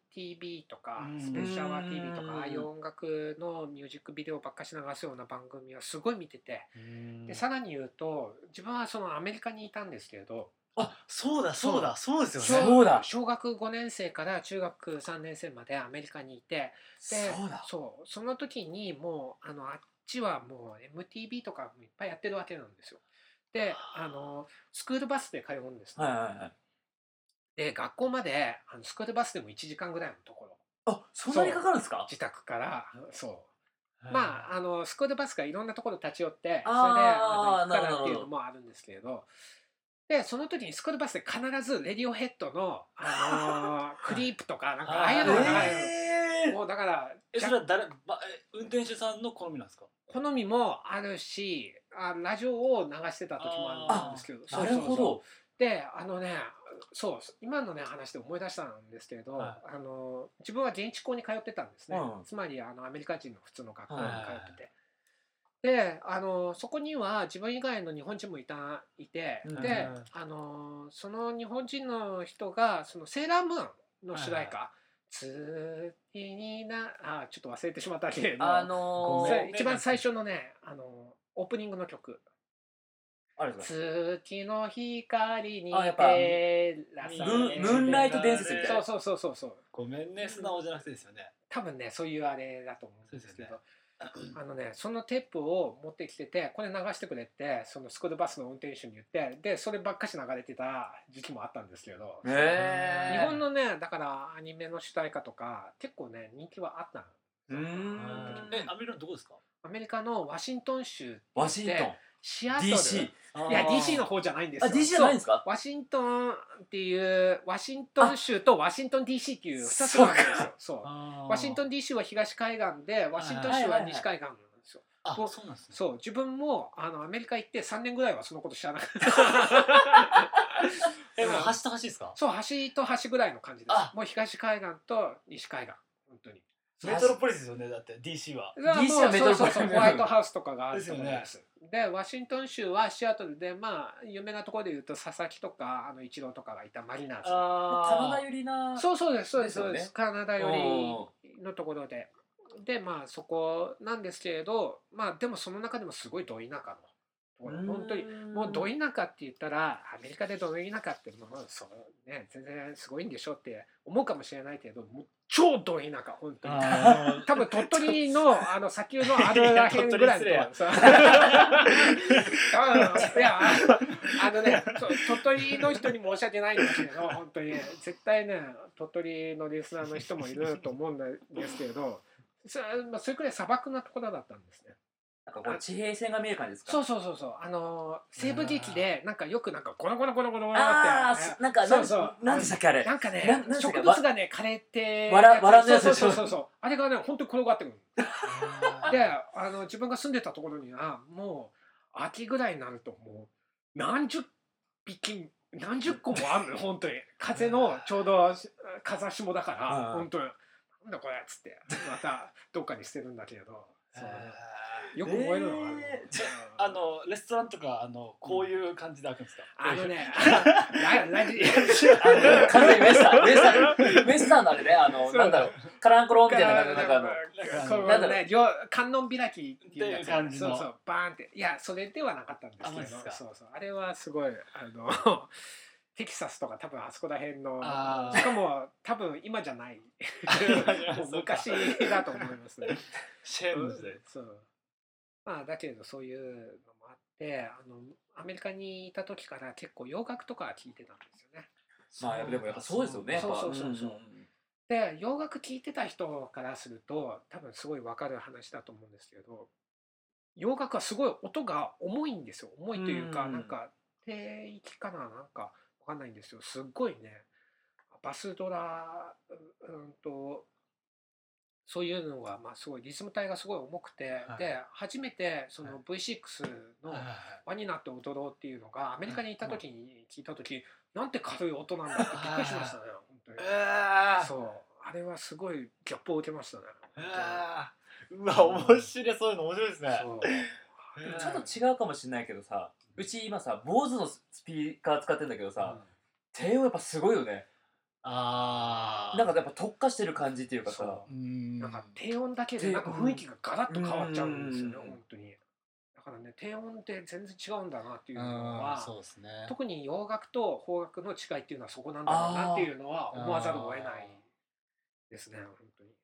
MTV とかスペシャル TV とかああいう音楽のミュージックビデオばっかし流すような番組はすごい見てて、でさらに言うと自分はそのアメリカにいたんですけれど、 そうですよね。 小学5年生から中学3年生までアメリカにいて、でその時にもうあっちはもう MTV とかもいっぱいやってるわけなんですよ。でスクールバスで通うんですね。で学校までスクールバスでも1時間ぐらいのところ。 そんなにかかるんですか？ 自宅からまあスクールバスがいろんなところ立ち寄って、それで行くからっていうのもあるんですけれど、でその時にスクールバスで必ずレディオヘッドのクリープとかなんかああいうのが流れる。もうだからそれは運転手さんの好みなんですか？ 好みもあるし、ラジオを流してた時もあるんですけど、 なるほど。 で今のね話で思い出したんですけれど、自分は現地校に通ってたんですね。つまりアメリカ人の普通の学校に通ってて、でそこには自分以外の日本人もいて、でその日本人の人がそのセーラームーンの主題歌、月にちょっと忘れてしまったけれど、一番最初のねオープニングの曲、月の光に照らされムーンライト伝説みたいな。 そうごめんね、素直じゃなくてですよね。 多分ねそういうあれだと思うんですけど、そのテープを持ってきてて、これ流してくれってそのスクールバスの運転手に言って、でそればっかし流れてた時期もあったんですけど、日本のねだからアニメの主題歌とか結構ね人気はあった。 アメリカのどこですか？ アメリカのワシントン州ってシアトル、 DC。 いや DC の方じゃないんですよ。 DC じゃないんですか？ ワシントンっていうワシントン州とワシントン DC っていう2つがあるんですよ。ワシントン DC は東海岸でワシントン州は西海岸なんですよ。 そうなんですね。 そう、自分もアメリカ行って3年ぐらいはそのこと知らなかった。 もう端と端ですか？ そう、端と端ぐらいの感じです。もう東海岸と西海岸、本当に。 メトロポリスですよね、だって DC は。 DC はメトロポリス。ホワイトハウスとかがあると思うんです。で、ワシントン州はシアトルで、まあ有名なところで言うと佐々木とかイチローとかがいたマリナーズ。 カナダ寄りな。 そうです。カナダ寄りのところで。でまあそこなんですけれど、まあでもその中でもすごいど田舎の本当にもうど田舎って言ったらアメリカでど田舎ってもうそうね全然すごいんでしょって思うかもしれないけれど、もう超ど田舎本当に。多分鳥取の砂丘のあるらへんぐらいのところさ。いや鳥取の人に申し訳ないんだけど、本当に絶対ね鳥取のリスナーの人もいると思うんですけれど。それくらい砂漠なところだったんですね。 なんかこう地平線が見える感じですか？ そう西部劇でなんかよくなんかゴロゴロってなんか何でしたっけあれ？ なんかね植物がね枯れてわらのやつでしょ。 そうあれがね本当に転がってくる。で自分が住んでたところにはもう秋ぐらいになるともう何十個もあるの本当に。風のちょうど風下だから本当に。なんだこれっつってまたどっかに捨てるんだけれど、よく覚えるのがある。 レストランとかこういう感じで開くんですか？ 完全にウエスタンのあれねなんだろうカランコロンみたいななんだろう観音開きっていう感じ。そうバーンって、いやそれではなかったんですけど、あれはすごいテキサスとか多分あそこら辺の、しかも多分今じゃない昔だと思いますね。 シェーンの時代。 まあだけれどそういうのもあってアメリカにいた時から結構洋楽とか聴いてたんですよね。 まあでもやっぱそうですよね。 で洋楽聴いてた人からすると多分すごい分かる話だと思うんですけど、洋楽はすごい音が重いんですよ。重いというか、なんか低域かな、なんか分かんないんですよ。すっごいね、バスドラ、そういうのがすごいリズム体がすごい重くて、で初めてその V6 の「輪になって踊ろう」っていうのがアメリカに行った時に聞いた時、なんて軽い音なんだってびっくりしましたね、本当に。そうあれはすごいギャップを受けましたね。 うわ面白い、そういうの面白いですね。 ちょっと違うかもしれないけどさ、うち今さBOSEのスピーカー使ってんだけどさ、低音やっぱすごいよね。なんかやっぱ特化してる感じっていうかさ、 なんか低音だけでなんか雰囲気がガラッと変わっちゃうんですよね、本当に。だからね、低音って全然違うんだなっていうのは、特に洋楽と邦楽の違いっていうのはそこなんだろうなっていうのは思わざるを得ないですね、本当に。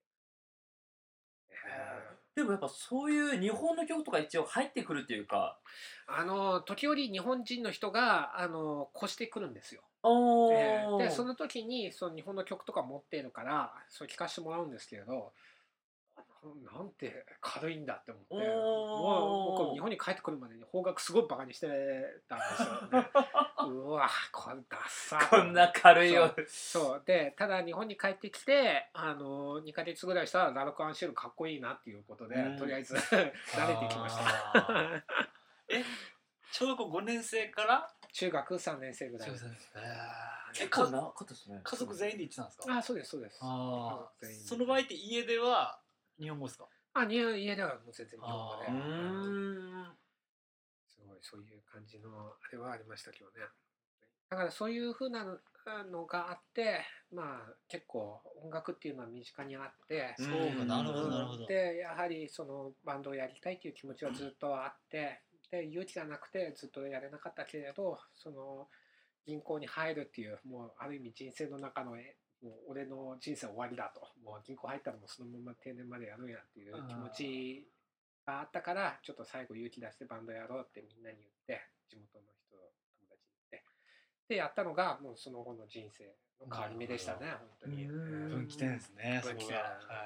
でもやっぱそういう日本の曲とか一応入ってくるっていうか、 時折日本人の人が越してくるんですよ。でその時にその日本の曲とか持っているからそれ聞かせてもらうんですけれど、なんて軽いんだって思って、もう僕日本に帰ってくるまでに邦楽すごいバカにしてたんですよね。うわこれダサこんな軽いよ。 そうで、ただ日本に帰ってきて2ヶ月ぐらいしたらラルク・アンシェルかっこいいなっていうことで、とりあえず慣れてきました。 小学校5年生から中学3年生ぐらい。 結構なかったですね。 家族全員で行ってたんですか？ そうですそうです。 その場合って家では日本語ですか？ 家ではもう全然日本語で。すごいそういう感じのあれはありましたけどね。だからそういう風なのがあって、結構音楽っていうのは身近にあって、 そうか、なるほどなるほど。 でやはりそのバンドをやりたいという気持ちはずっとあって、で勇気がなくてずっとやれなかったけれど、その銀行に入るっていう、もうある意味人生の中のもう俺の人生終わりだと、もう銀行入ったらもうそのまま定年までやるんやっていう気持ちがあったから、ちょっと最後勇気出してバンドやろうってみんなに言って、地元の人友達に言ってでやったのがもうその後の人生の変わり目でしたね、本当に。 分岐点ですね。 分岐点。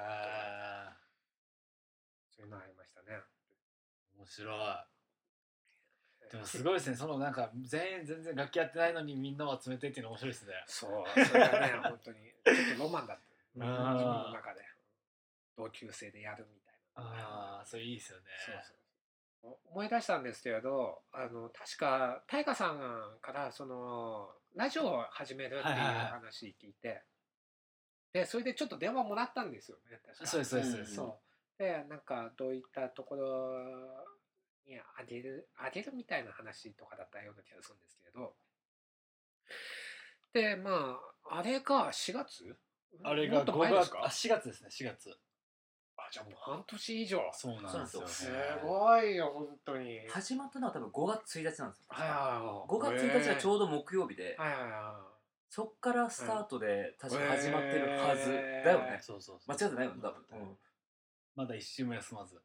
そういうのありましたね。 面白い。でもすごいですね。そのなんか全然楽器やってないのにみんなを集めてっていうの面白いですね。 そう、それがね本当にちょっとロマンだった。自分の中で同級生でやるみたいな。 それいいですよね。 そう思い出したんですけれど、確か大河さんからそのラジオを始めるっていう話聞いて、でそれでちょっと電話もらったんですよね。確かそうですそうです。 でなんかどういったところにあげるみたいな話とかだったような気がするんですけれど、であれが4月？ あれが5月か？4月ですね、4月。 じゃあもう半年以上。 そうなんですよ。 すごいよ本当に。 始まったのは多分5月1日なんですよ。 5 月1日がちょうど木曜日で、そっからスタートで確か始まってるはずだよね。 そう間違ってないよね多分。 まだ1週も休まず。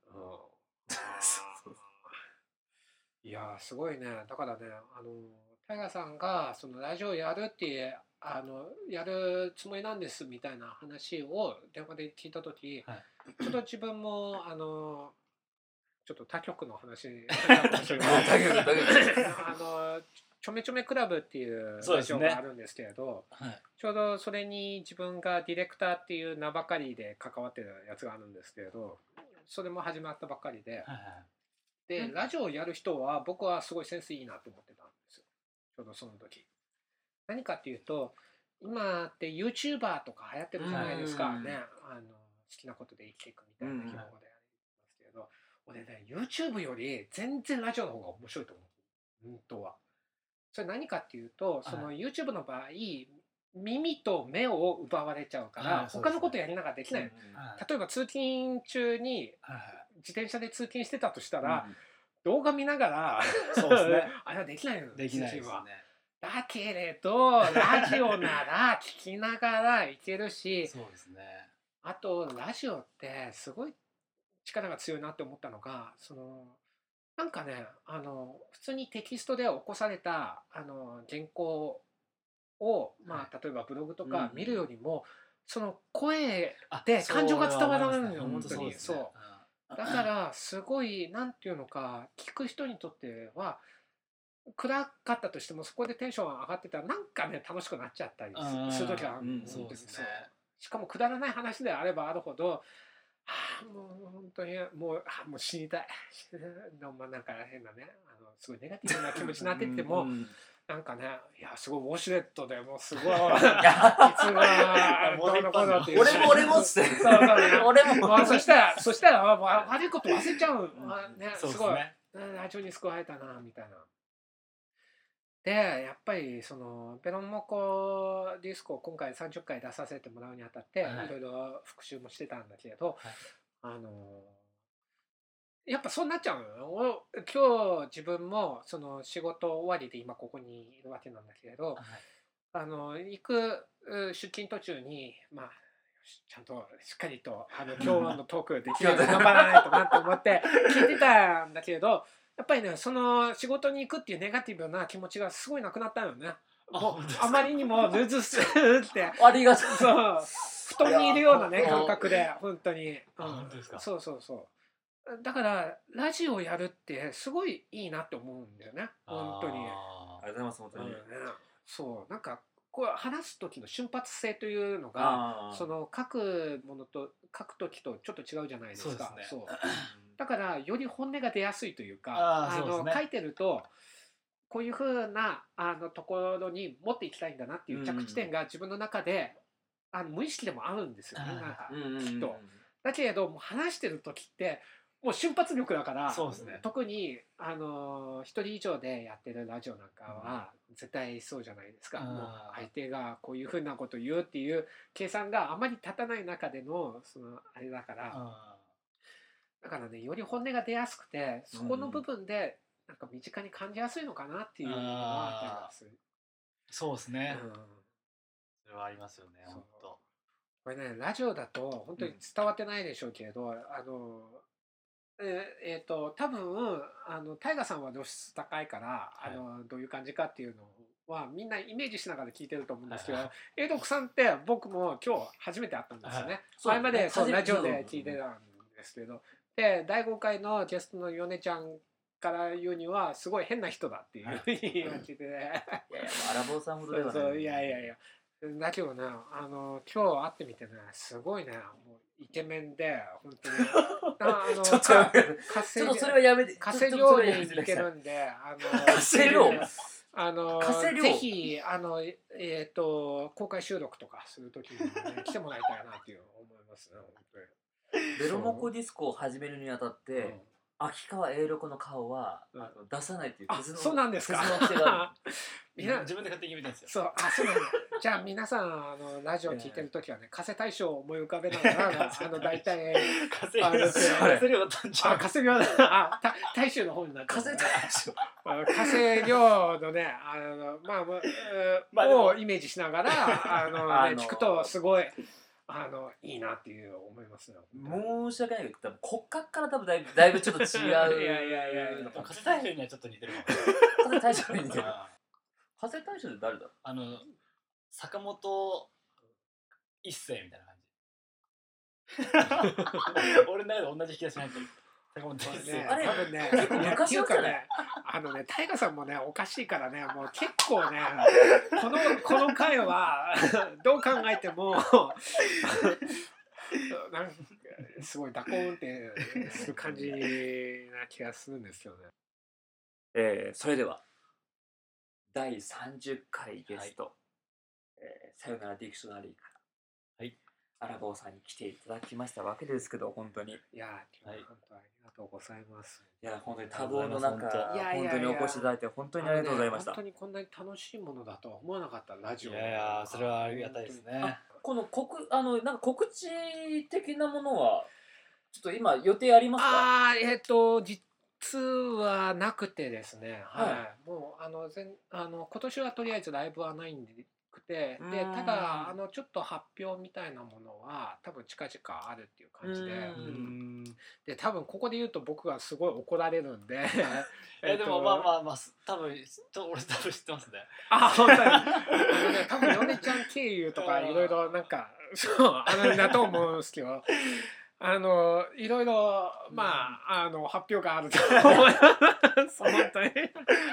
いやすごいね。だからね、タイガーさんがそのラジオやるってやるつもりなんですみたいな話を電話で聞いた時、ちょっと自分もちょっと他局の話ちょめちょめクラブっていうラジオがあるんですけれど、ちょうどそれに自分がディレクターっていう名ばかりで関わってるやつがあるんですけれど、それも始まったばっかりで、でラジオをやる人は僕はすごいセンスいいなと思ってたんですよ、ちょうどその時。何かっていうと、今って YouTuber とか流行ってるじゃないですかね。好きなことで生きていくみたいな標語でありますけれど、俺ね YouTube より全然ラジオの方が面白いと思う、本当は。それ何かっていうと、その YouTube の場合耳と目を奪われちゃうから他のことやりながらできない。例えば通勤中に自転車で通勤してたとしたら動画見ながらあれはできないの。 できないですね。 だけれどラジオなら聞きながらいけるし、 そうですね。 あとラジオってすごい力が強いなって思ったのが、そのなんかね、普通にテキストで起こされた原稿を例えばブログとか見るよりもその声で感情が伝わらないのよ、本当に。 そうですね。 だからすごいなんていうのか、聞く人にとっては暗かったとしてもそこでテンション上がってたらなんかね楽しくなっちゃったりする時はある。 そうですね。 しかもくだらない話であればあるほど、もう本当にもう死にたい。なんか変なね、すごいネガティブな気持ちになってきてもなんかね、いやすごいウォシュレットでもうすごいいつがどうのこうのっていう。 俺もっすね。 俺もそしたら悪いこと忘れちゃうね。すごいラジオに救われたなみたいな。でやっぱりそのペロモコディスコを今回30回出させてもらうにあたっていろいろ復習もしてたんだけれど、やっぱそうなっちゃうのよ。今日自分もその仕事終わりで今ここにいるわけなんだけれど、行く出勤途中にちゃんとしっかりと今日のトークできるように頑張らないとなと思って聞いてたんだけれど、やっぱりねその仕事に行くっていうネガティブな気持ちがすごいなくなったよね。もうあまりにもルーズスってありがとう。 そう布団にいるようなね感覚で本当に。 本当ですか。 そうだからラジオをやるってすごいいいなって思うんだよね本当に。 ありがとうございます本当に。 そうなんかこう話す時の瞬発性というのがその書く時とちょっと違うじゃないですか。そうだからより本音が出やすいというか書いてるとこういう風なところに持っていきたいんだなっていう着地点が自分の中で無意識でもあるんですよねなんかきっと。だけれども話してる時ってもう瞬発力だから、特に一人以上でやってるラジオなんかは絶対そうじゃないですか。もう相手がこういうふうなことを言うっていう計算があまり立たない中でのそのあれだからねより本音が出やすくてそこの部分でなんか身近に感じやすいのかなっていうのはあったりはする。 そうですね。それはありますよね本当。 これねラジオだと本当に伝わってないでしょうけれど多分タイガさんは露出高いからどういう感じかっていうのはみんなイメージしながら聞いてると思うんですけど、英徳さんって僕も今日初めて会ったんですよね。前までラジオで聞いてたんですけど、で第5回のゲストのヨネちゃんから言うにはすごい変な人だっていうふうに言われてて、 アラボーさんほどではない。 いやだけどね今日会ってみてねすごいねもうイケメンで本当にちょっとそれはやめて。 カセ料理に行けるんでカセ料ぜひ公開収録とかするときに、ね、来てもらいたいなっていう思いますね本当に。 ベロモコディスコを始めるにあたって、秋川栄六の顔は出さないっていうそうなんですか。 自分で勝手に決めたんですよ。 そうなんだ。じゃあ皆さんラジオ聞いてるときはね、加瀬大将を思い浮かべながら大体加瀬亮だったんじゃん。 加瀬亮大衆の方になって加瀬大将。 加瀬亮のねをイメージしながら聞くとすごい。いいなっていう思いますね。 申し訳ないけど骨格から多分だいぶちょっと違う。 いや加瀬大将にはちょっと似てるかも。加瀬大将に似てる。加瀬大将って誰だ？ 坂本一生みたいな感じ。俺の中で同じ引き出しに入ってる。坂本一生。 あれ多分ね昔からねタイガさんもねおかしいからねもう結構ねこの回はどう考えてもなんかすごいダコーンってする感じな気がするんですよね。 それでは第30回ゲスト、さよならディクショナリーからアラボーさんに来ていただきましたわけですけど本当にいや本当ありがとうございます。 いや本当に多忙の中本当にお越しいただいて本当にありがとうございました。 本当にこんなに楽しいものだとは思わなかったラジオ。 いやそれはありがたいですね。 このなんか告知的なものはちょっと今予定ありますか？ 実はなくてですね、もう今年はとりあえずライブはないんででただちょっと発表みたいなものは多分近々あるっていう感じで多分ここで言うと僕がすごい怒られるんででも多分俺多分知ってますね。 本当に多分ヨネちゃん経由とかいろいろなんかそうだと思うんですけどいろいろまあ発表があると思います本当にね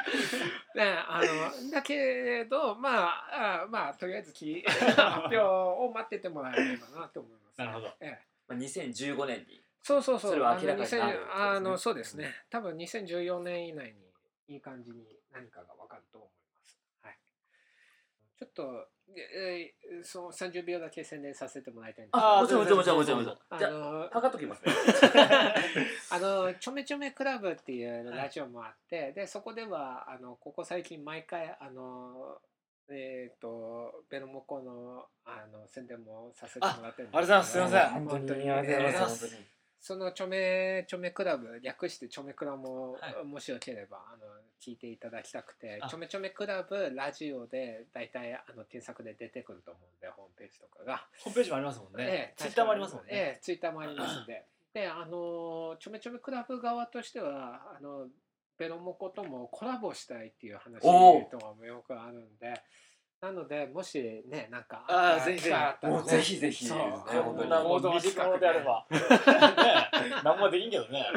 だけどまあとりあえず発表を待っててもらえればなと思います。 なるほど。 2015年にそうそれは明らかになるそうですね。多分2014年以内にいい感じに何かが分かると思います。はい。ちょっとその30秒だけ宣伝させてもらいたいんです。 もちろん。じゃあ測っときますね。 ちょめちょめクラブっていうラジオもあって、でそこではここ最近毎回ベロモコの宣伝もさせてもらってるんですけど。 ありがとうございます。すみません。 本当にありがとうございます。 そのちょめクラブ略してちょめクラも、もしよければ聞いていただきたくて、ちょめクラブラジオでだいたい添削で出てくると思うんで、ホームページとかがホームページもありますもんね。ツイッターもありますもんね。 ツイッターもありますんで、でちょめクラブ側としてはベロモコともコラボしたいっていう話とかもよくあるんで。なのでもしねなんかぜひぜひそう本当に行動近くであれば何もできんけどね。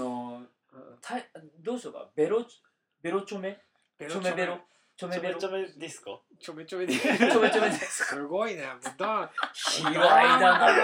どうしようか。ベロチョメディスコちょめディスコすごいね。 卑猥だな。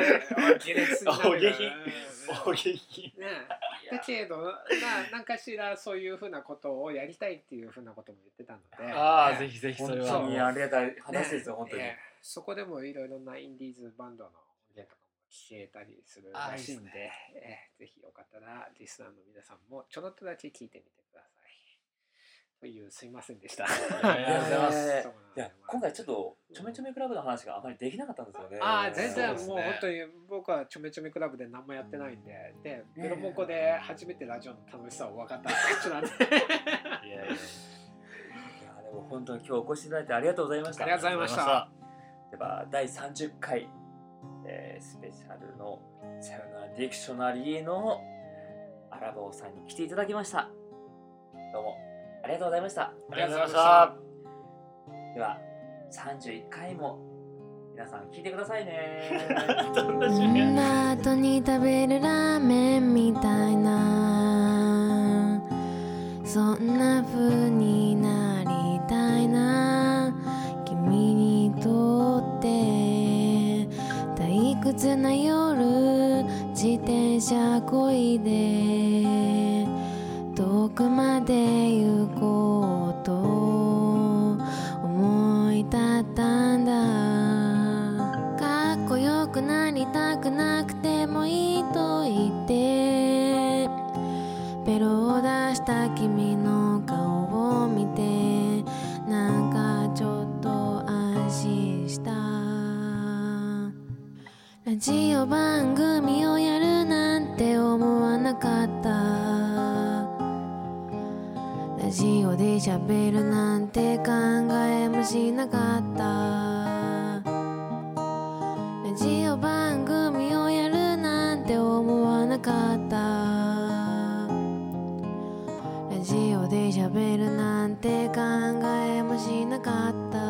お下品だけど何かしらそういうふうなことをやりたいっていうふうなことも言ってたので、 ぜひぜひそれは本当にありがたい話ですよ本当に。 そこでもいろいろなインディーズバンドの音源とかも聞けたりするらしいんで、ぜひよかったらリスナーの皆さんもちょろっとだけ聞いてみてください。というすいませんでした。 ありがとうございます。 いや今回ちょっとちょめクラブの話があまりできなかったんですよね。 全然もう本当に僕はちょめクラブで何もやってないんで、ベロモコで初めてラジオの楽しさを分かった口なんで。 いやでも本当に今日お越しいただいてありがとうございました。 ありがとうございました。 では第30回、スペシャルのさよならディクショナリーのアラボーさんに来ていただきました。どうもありがとうございました。 ありがとうございました。 では31回も皆さん聞いてくださいね。 どんな後に食べるラーメンみたいな、そんな風になりたいな。君にとって退屈な夜、自転車こいで遠くまで行こうと思い立ったんだ。かっこよくなりたくなくてもいいと言ってベロを出した君の顔を見てなんかちょっと安心した。ラジオ番組をやるなんて思わなかった。ラジオで喋るなんて考えもしなかった。ラジオ番組をやるなんて思わなかった。ラジオで喋るなんて考えもしなかった。